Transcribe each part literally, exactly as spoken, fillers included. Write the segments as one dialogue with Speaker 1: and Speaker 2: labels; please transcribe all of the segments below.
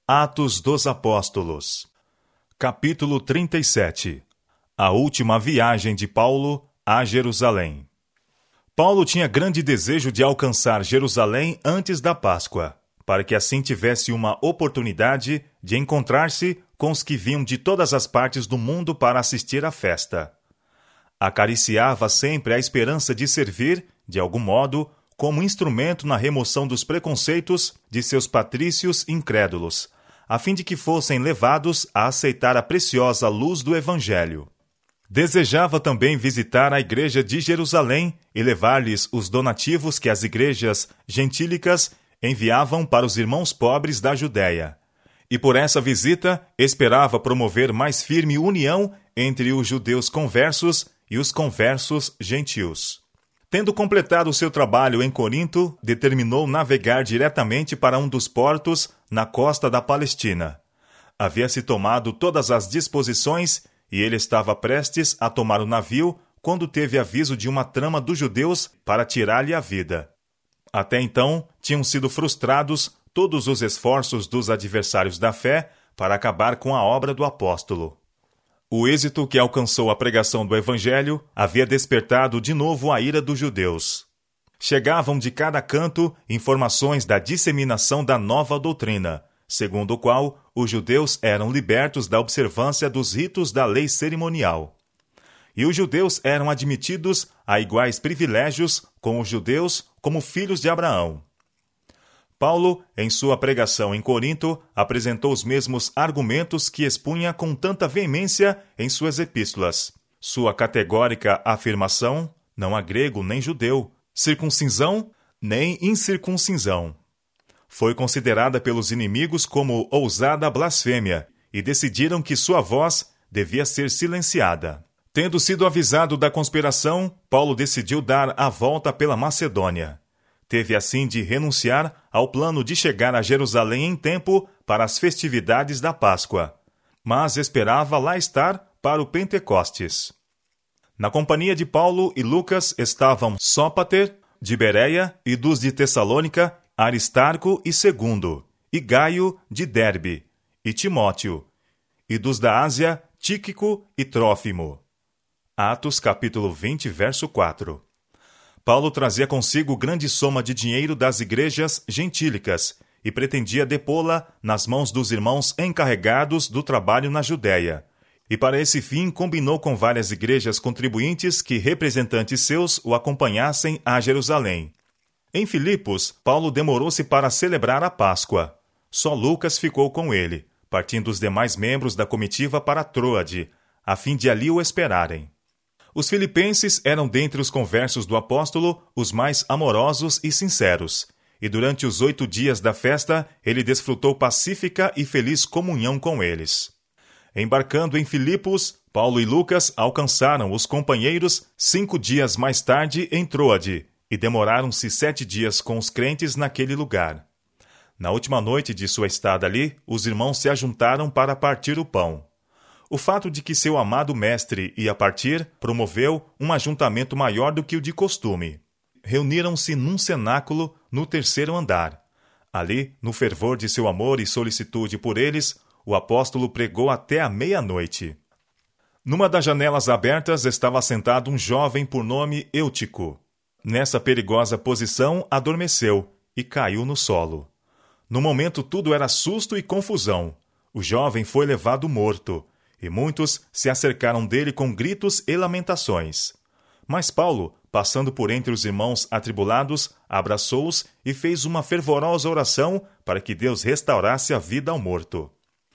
Speaker 1: Atos dos Apóstolos, capítulo trinta e sete. A última viagem de Paulo a Jerusalém. Paulo tinha grande desejo de alcançar Jerusalém antes da Páscoa, para que assim tivesse uma oportunidade de encontrar-se com os que vinham de todas as partes do mundo para assistir à festa. Acariciava sempre a esperança de servir, de algum modo, como instrumento na remoção dos preconceitos de seus patrícios incrédulos, a fim de que fossem levados a aceitar a preciosa luz do Evangelho. Desejava também visitar a igreja de Jerusalém e levar-lhes os donativos que as igrejas gentílicas enviavam para os irmãos pobres da Judéia. E por essa visita esperava promover mais firme união entre os judeus conversos e os conversos gentios. Tendo completado seu trabalho em Corinto, determinou navegar diretamente para um dos portos na costa da Palestina. Havia-se tomado todas as disposições e ele estava prestes a tomar o navio quando teve aviso de uma trama dos judeus para tirar-lhe a vida. Até então, tinham sido frustrados todos os esforços dos adversários da fé para acabar com a obra do apóstolo. O êxito que alcançou a pregação do Evangelho havia despertado de novo a ira dos judeus. Chegavam de cada canto informações da disseminação da nova doutrina, segundo o qual os judeus eram libertos da observância dos ritos da lei cerimonial. E os judeus eram admitidos a iguais privilégios com os judeus como filhos de Abraão. Paulo, em sua pregação em Corinto, apresentou os mesmos argumentos que expunha com tanta veemência em suas epístolas. Sua categórica afirmação: não há grego nem judeu, circuncisão nem incircuncisão, foi considerada pelos inimigos como ousada blasfêmia e decidiram que sua voz devia ser silenciada. Tendo sido avisado da conspiração, Paulo decidiu dar a volta pela Macedônia. Teve assim de renunciar ao plano de chegar a Jerusalém em tempo para as festividades da Páscoa, mas esperava lá estar para o Pentecostes. Na companhia de Paulo e Lucas estavam Sópater, de Bereia, e dos de Tessalônica, Aristarco e Segundo, e Gaio, de Derbe, e Timóteo, e dos da Ásia, Tíquico e Trófimo. Atos capítulo vinte, verso quatro. Paulo trazia consigo grande soma de dinheiro das igrejas gentílicas e pretendia depô-la nas mãos dos irmãos encarregados do trabalho na Judéia. E para esse fim combinou com várias igrejas contribuintes que representantes seus o acompanhassem a Jerusalém. Em Filipos, Paulo demorou-se para celebrar a Páscoa. Só Lucas ficou com ele, partindo os demais membros da comitiva para Troade, a fim de ali o esperarem. Os filipenses eram dentre os conversos do apóstolo os mais amorosos e sinceros, e durante os oito dias da festa ele desfrutou pacífica e feliz comunhão com eles. Embarcando em Filipos, Paulo e Lucas alcançaram os companheiros cinco dias mais tarde em Troade, e demoraram-se sete dias com os crentes naquele lugar. Na última noite de sua estada ali, os irmãos se ajuntaram para partir o pão. O fato de que seu amado mestre ia partir promoveu um ajuntamento maior do que o de costume. Reuniram-se num cenáculo no terceiro andar. Ali, no fervor de seu amor e solicitude por eles, o apóstolo pregou até a meia-noite. Numa das janelas abertas estava sentado um jovem por nome Eutico. Nessa perigosa posição, adormeceu e caiu no solo. No momento tudo era susto e confusão. O jovem foi levado morto, e muitos se acercaram dele com gritos e lamentações. Mas Paulo, passando por entre os irmãos atribulados, abraçou-os e fez uma fervorosa oração para que Deus restaurasse a vida ao morto.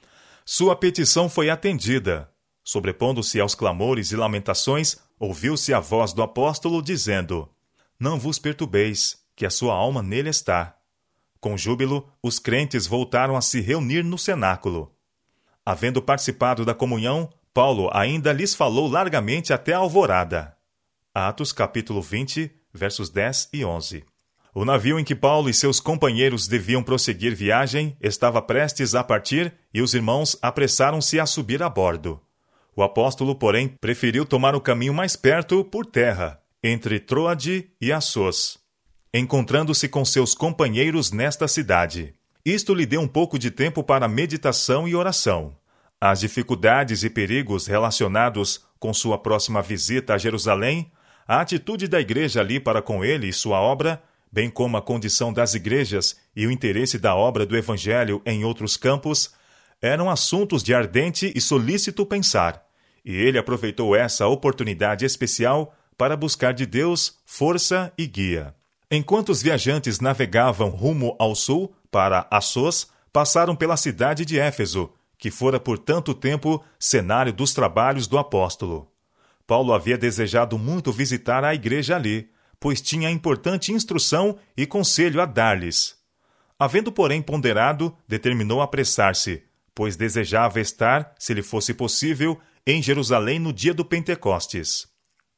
Speaker 1: Sua petição foi atendida. Sobrepondo-se aos clamores e lamentações, ouviu-se a voz do apóstolo dizendo: não vos perturbeis, que a sua alma nele está. Com júbilo, os crentes voltaram a se reunir no cenáculo. Havendo participado da comunhão, Paulo ainda lhes falou largamente até a alvorada. Atos capítulo vinte, versos dez e onze. O navio em que Paulo e seus companheiros deviam prosseguir viagem estava prestes a partir e os irmãos apressaram-se a subir a bordo. O apóstolo, porém, preferiu tomar o caminho mais perto por terra, entre Troade e Assos, encontrando-se com seus companheiros nesta cidade. Isto lhe deu um pouco de tempo para meditação e oração. As dificuldades e perigos relacionados com sua próxima visita a Jerusalém, a atitude da igreja ali para com ele e sua obra, bem como a condição das igrejas e o interesse da obra do Evangelho em outros campos, eram assuntos de ardente e solícito pensar, e ele aproveitou essa oportunidade especial para buscar de Deus força e guia. Enquanto os viajantes navegavam rumo ao sul, para Assos, passaram pela cidade de Éfeso, que fora por tanto tempo cenário dos trabalhos do apóstolo. Paulo havia desejado muito visitar a igreja ali, pois tinha importante instrução e conselho a dar-lhes. Havendo, porém, ponderado, determinou apressar-se, pois desejava estar, se lhe fosse possível, em Jerusalém no dia do Pentecostes.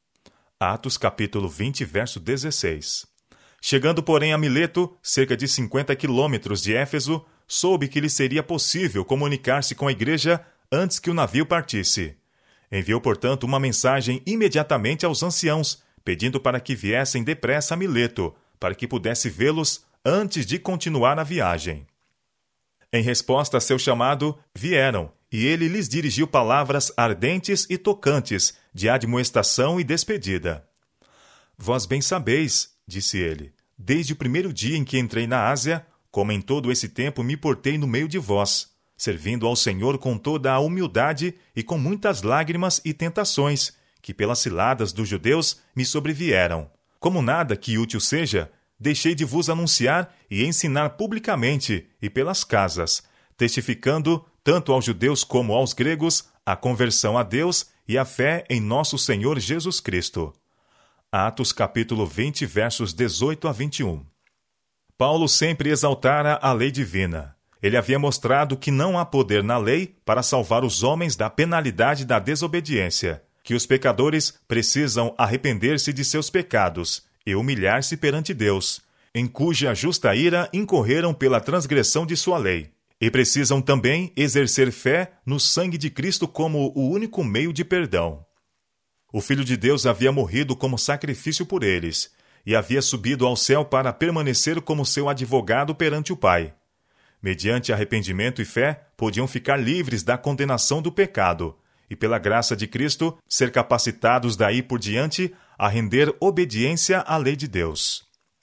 Speaker 1: Atos capítulo vinte, verso dezesseis. Chegando, porém, a Mileto, cerca de cinquenta quilômetros de Éfeso, soube que lhe seria possível comunicar-se com a igreja antes que o navio partisse. Enviou, portanto, uma mensagem imediatamente aos anciãos, pedindo para que viessem depressa a Mileto, para que pudesse vê-los antes de continuar a viagem. Em resposta a seu chamado, vieram, e ele lhes dirigiu palavras ardentes e tocantes, de admoestação e despedida. Vós bem sabeis, disse ele, desde o primeiro dia em que entrei na Ásia, como em todo esse tempo me portei no meio de vós, servindo ao Senhor com toda a humildade e com muitas lágrimas e tentações, que pelas ciladas dos judeus me sobrevieram. Como nada que útil seja, deixei de vos anunciar e ensinar publicamente e pelas casas, testificando, tanto aos judeus como aos gregos, a conversão a Deus e a fé em nosso Senhor Jesus Cristo. Atos capítulo vinte, versos dezoito a vinte e um. Paulo sempre exaltara a lei divina. Ele havia mostrado que não há poder na lei para salvar os homens da penalidade da desobediência, que os pecadores precisam arrepender-se de seus pecados e humilhar-se perante Deus, em cuja justa ira incorreram pela transgressão de sua lei, e precisam também exercer fé no sangue de Cristo como o único meio de perdão. O Filho de Deus havia morrido como sacrifício por eles, e havia subido ao céu para permanecer como seu advogado perante o Pai. Mediante arrependimento e fé, podiam ficar livres da condenação do pecado, e pela graça de Cristo, ser capacitados daí por diante a render obediência à lei de Deus.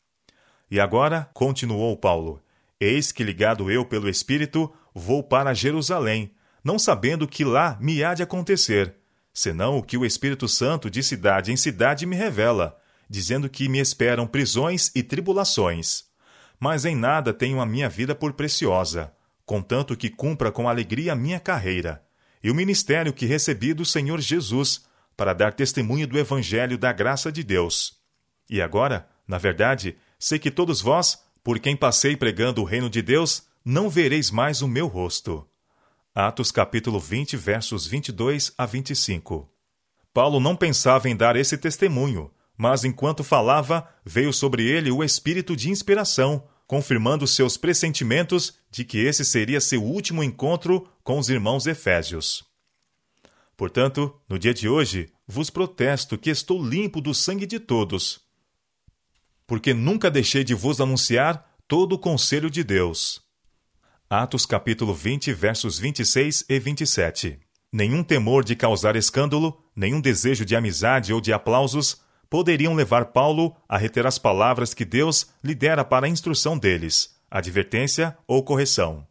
Speaker 1: E agora, continuou Paulo, eis que, ligado eu pelo Espírito, vou para Jerusalém, não sabendo que lá me há de acontecer, senão o que o Espírito Santo de cidade em cidade me revela, dizendo que me esperam prisões e tribulações. Mas em nada tenho a minha vida por preciosa, contanto que cumpra com alegria a minha carreira, e o ministério que recebi do Senhor Jesus, para dar testemunho do Evangelho da graça de Deus. E agora, na verdade, sei que todos vós, por quem passei pregando o reino de Deus, não vereis mais o meu rosto. Atos capítulo vinte, versos vinte e dois a vinte e cinco. Paulo não pensava em dar esse testemunho, mas enquanto falava, veio sobre ele o espírito de inspiração, confirmando seus pressentimentos de que esse seria seu último encontro com os irmãos efésios. Portanto, no dia de hoje, vos protesto que estou limpo do sangue de todos, porque nunca deixei de vos anunciar todo o conselho de Deus. Atos capítulo vinte, versos vinte e seis e vinte e sete. Nenhum temor de causar escândalo, nenhum desejo de amizade ou de aplausos poderiam levar Paulo a reter as palavras que Deus lhe dera para a instrução deles, advertência ou correção.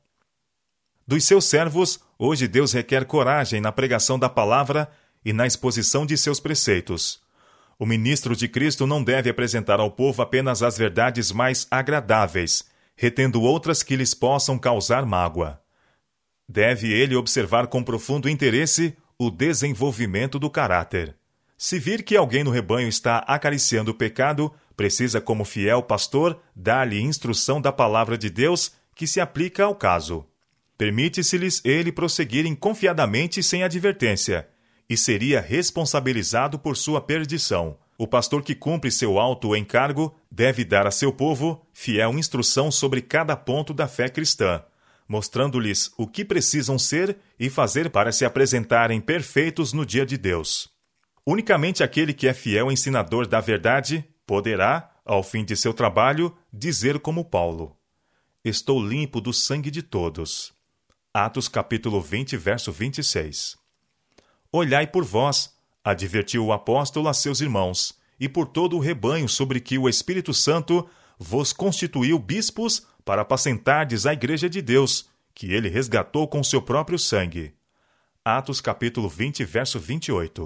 Speaker 1: Dos seus servos, hoje Deus requer coragem na pregação da palavra e na exposição de seus preceitos. O ministro de Cristo não deve apresentar ao povo apenas as verdades mais agradáveis, retendo outras que lhes possam causar mágoa. Deve ele observar com profundo interesse o desenvolvimento do caráter. Se vir que alguém no rebanho está acariciando o pecado, precisa, como fiel pastor, dar-lhe instrução da palavra de Deus que se aplica ao caso. Permite-se-lhes ele prosseguirem confiadamente sem advertência, e seria responsabilizado por sua perdição. O pastor que cumpre seu alto encargo deve dar a seu povo fiel instrução sobre cada ponto da fé cristã, mostrando-lhes o que precisam ser e fazer para se apresentarem perfeitos no dia de Deus. Unicamente aquele que é fiel ensinador da verdade poderá, ao fim de seu trabalho, dizer como Paulo: estou limpo do sangue de todos. Atos capítulo vinte, verso vinte e seis. Olhai por vós, advertiu o apóstolo a seus irmãos, e por todo o rebanho sobre que o Espírito Santo vos constituiu bispos para apacentardes a igreja de Deus, que ele resgatou com seu próprio sangue. Atos capítulo vinte, verso vinte e oito.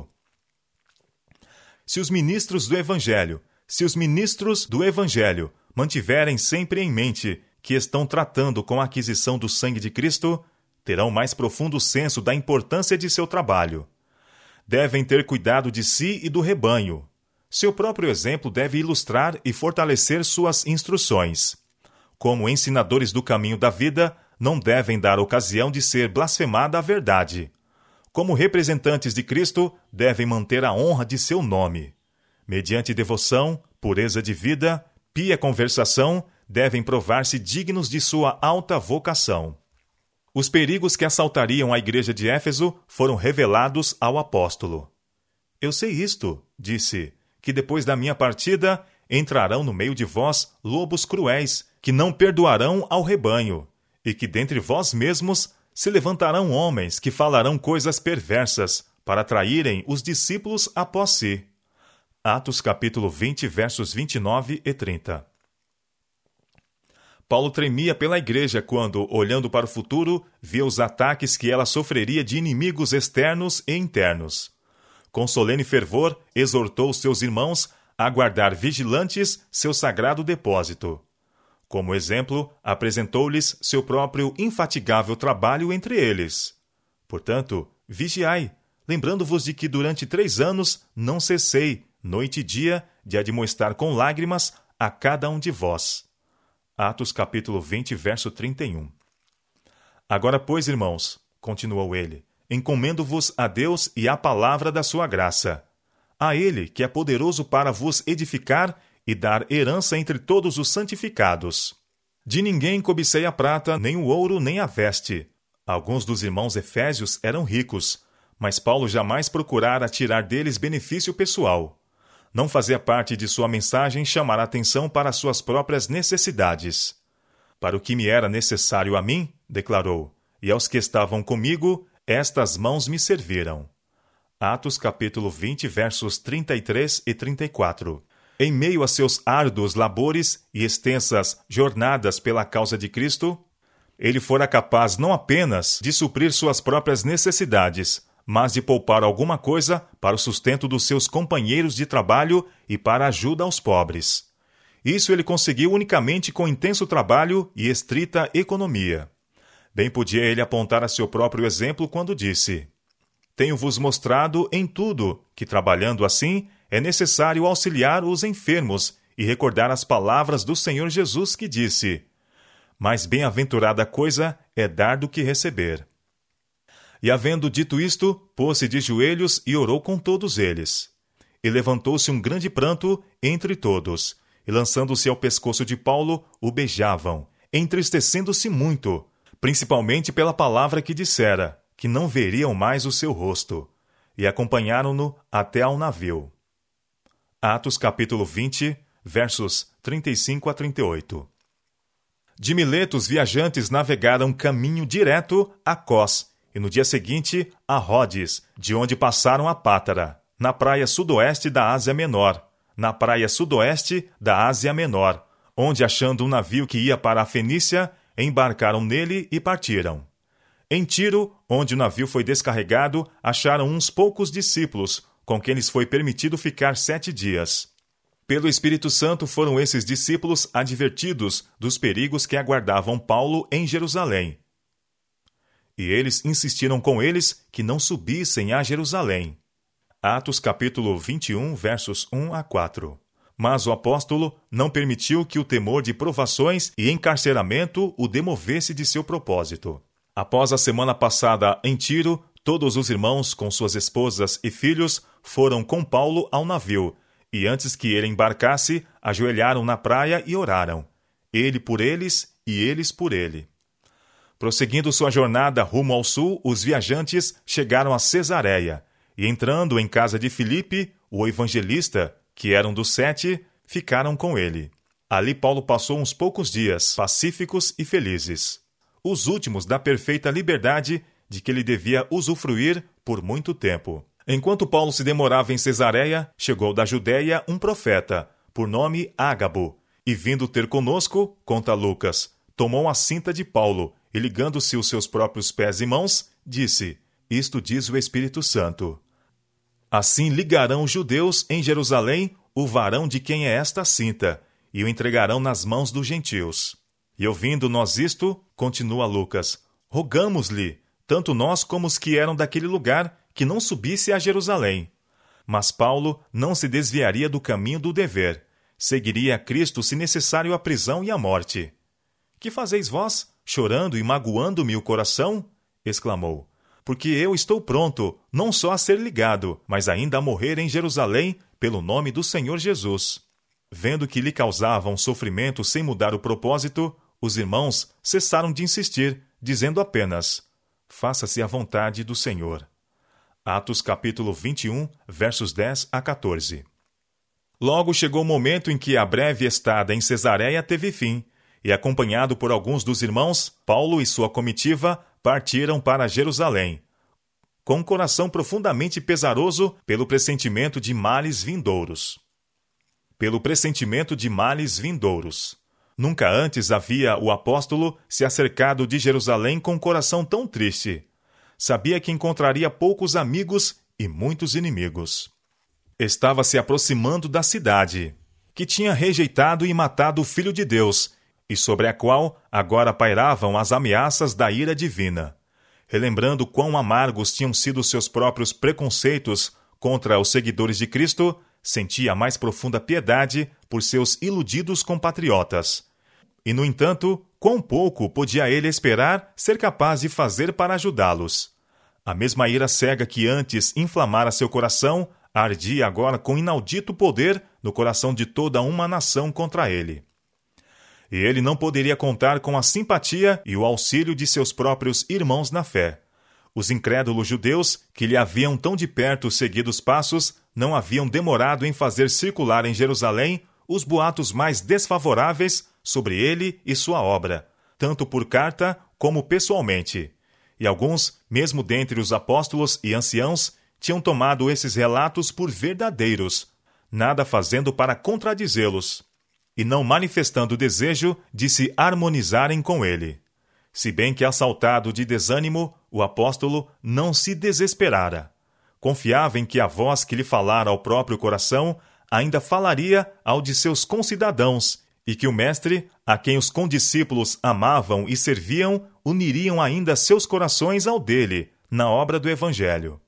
Speaker 1: Se os ministros do Evangelho, se os ministros do Evangelho mantiverem sempre em mente que estão tratando com a aquisição do sangue de Cristo, terão mais profundo senso da importância de seu trabalho. Devem ter cuidado de si e do rebanho. Seu próprio exemplo deve ilustrar e fortalecer suas instruções. Como ensinadores do caminho da vida, não devem dar ocasião de ser blasfemada a verdade. Como representantes de Cristo, devem manter a honra de seu nome. Mediante devoção, pureza de vida, pia conversação, devem provar-se dignos de sua alta vocação. Os perigos que assaltariam a igreja de Éfeso foram revelados ao apóstolo. Eu sei isto, disse, que depois da minha partida entrarão no meio de vós lobos cruéis, que não perdoarão ao rebanho, e que dentre vós mesmos se levantarão homens que falarão coisas perversas, para atraírem os discípulos após si. Atos capítulo vinte, versos vinte e nove e trinta. Paulo tremia pela igreja quando, olhando para o futuro, via os ataques que ela sofreria de inimigos externos e internos. Com solene fervor, exortou seus irmãos a guardar vigilantes seu sagrado depósito. Como exemplo, apresentou-lhes seu próprio infatigável trabalho entre eles. Portanto, vigiai, lembrando-vos de que durante três anos não cessei, noite e dia, de admoestar com lágrimas a cada um de vós. Atos capítulo vinte, verso trinta e um. Agora, pois, irmãos, continuou ele, encomendo-vos a Deus e à palavra da sua graça. A ele, que é poderoso para vos edificar e dar herança entre todos os santificados. De ninguém cobicei a prata, nem o ouro, nem a veste. Alguns dos irmãos efésios eram ricos, mas Paulo jamais procurara tirar deles benefício pessoal. Não fazia parte de sua mensagem chamar a atenção para suas próprias necessidades. Para o que me era necessário a mim, declarou, e aos que estavam comigo, estas mãos me serviram. Atos capítulo vinte, versos trinta e três e trinta e quatro. Em meio a seus árduos labores e extensas jornadas pela causa de Cristo, ele fora capaz não apenas de suprir suas próprias necessidades, mas de poupar alguma coisa para o sustento dos seus companheiros de trabalho e para a ajuda aos pobres. Isso ele conseguiu unicamente com intenso trabalho e estrita economia. Bem podia ele apontar a seu próprio exemplo quando disse: Tenho-vos mostrado em tudo que, trabalhando assim, é necessário auxiliar os enfermos e recordar as palavras do Senhor Jesus que disse: Mais bem-aventurada coisa é dar do que receber. E havendo dito isto, pôs-se de joelhos e orou com todos eles. E levantou-se um grande pranto entre todos, e lançando-se ao pescoço de Paulo, o beijavam, entristecendo-se muito, principalmente pela palavra que dissera, que não veriam mais o seu rosto, e acompanharam-no até ao navio. Atos capítulo vinte, versos trinta e cinco a trinta e oito. De Mileto, os viajantes navegaram caminho direto a Cós, e no dia seguinte a Rhodes, de onde passaram a Pátara, na praia sudoeste da Ásia Menor, na praia sudoeste da Ásia Menor, onde, achando um navio que ia para a Fenícia, embarcaram nele e partiram. Em Tiro, onde o navio foi descarregado, acharam uns poucos discípulos, com quem lhes foi permitido ficar sete dias. Pelo Espírito Santo foram esses discípulos advertidos dos perigos que aguardavam Paulo em Jerusalém. E eles insistiram com eles que não subissem a Jerusalém. Atos capítulo vinte e um, versos um a quatro. Mas o apóstolo não permitiu que o temor de provações e encarceramento o demovesse de seu propósito. Após a semana passada em Tiro, todos os irmãos, com suas esposas e filhos, foram com Paulo ao navio, e antes que ele embarcasse, ajoelharam na praia e oraram, ele por eles e eles por ele. Prosseguindo sua jornada rumo ao sul, os viajantes chegaram a Cesareia, e entrando em casa de Filipe, o evangelista, que era um dos sete, ficaram com ele. Ali Paulo passou uns poucos dias, pacíficos e felizes. Os últimos da perfeita liberdade de que ele devia usufruir por muito tempo. Enquanto Paulo se demorava em Cesareia, chegou da Judéia um profeta, por nome Ágabo, e vindo ter conosco, conta Lucas, tomou a cinta de Paulo e, ligando-se os seus próprios pés e mãos, disse: Isto diz o Espírito Santo. Assim ligarão os judeus em Jerusalém o varão de quem é esta cinta, e o entregarão nas mãos dos gentios. E ouvindo nós isto, continua Lucas, rogamos-lhe, tanto nós como os que eram daquele lugar, que não subisse a Jerusalém. Mas Paulo não se desviaria do caminho do dever. Seguiria a Cristo se necessário a prisão e a morte. Que fazeis vós, chorando e magoando-me o coração? Exclamou. Porque eu estou pronto, não só a ser ligado, mas ainda a morrer em Jerusalém, pelo nome do Senhor Jesus. Vendo que lhe causavam sofrimento sem mudar o propósito, os irmãos cessaram de insistir, dizendo apenas: Faça-se a vontade do Senhor. Atos capítulo vinte e um, versos dez a quatorze. Logo chegou o momento em que a breve estada em Cesareia teve fim, e acompanhado por alguns dos irmãos, Paulo e sua comitiva partiram para Jerusalém, com um coração profundamente pesaroso pelo pressentimento de males vindouros. Pelo pressentimento de males vindouros. Nunca antes havia o apóstolo se acercado de Jerusalém com um coração tão triste. Sabia que encontraria poucos amigos e muitos inimigos. Estava se aproximando da cidade, que tinha rejeitado e matado o Filho de Deus, e sobre a qual agora pairavam as ameaças da ira divina. Relembrando quão amargos tinham sido seus próprios preconceitos contra os seguidores de Cristo, sentia a mais profunda piedade por seus iludidos compatriotas. E, no entanto, quão pouco podia ele esperar ser capaz de fazer para ajudá-los. A mesma ira cega que antes inflamara seu coração, ardia agora com inaudito poder no coração de toda uma nação contra ele. E ele não poderia contar com a simpatia e o auxílio de seus próprios irmãos na fé. Os incrédulos judeus, que lhe haviam tão de perto seguido os passos, não haviam demorado em fazer circular em Jerusalém os boatos mais desfavoráveis sobre ele e sua obra, tanto por carta como pessoalmente. E alguns, mesmo dentre os apóstolos e anciãos, tinham tomado esses relatos por verdadeiros, nada fazendo para contradizê-los, e não manifestando o desejo de se harmonizarem com ele. Se bem que, assaltado de desânimo, o apóstolo não se desesperara. Confiava em que a voz que lhe falara ao próprio coração ainda falaria ao de seus concidadãos, e que o Mestre, a quem os condiscípulos amavam e serviam, uniriam ainda seus corações ao dele, na obra do Evangelho.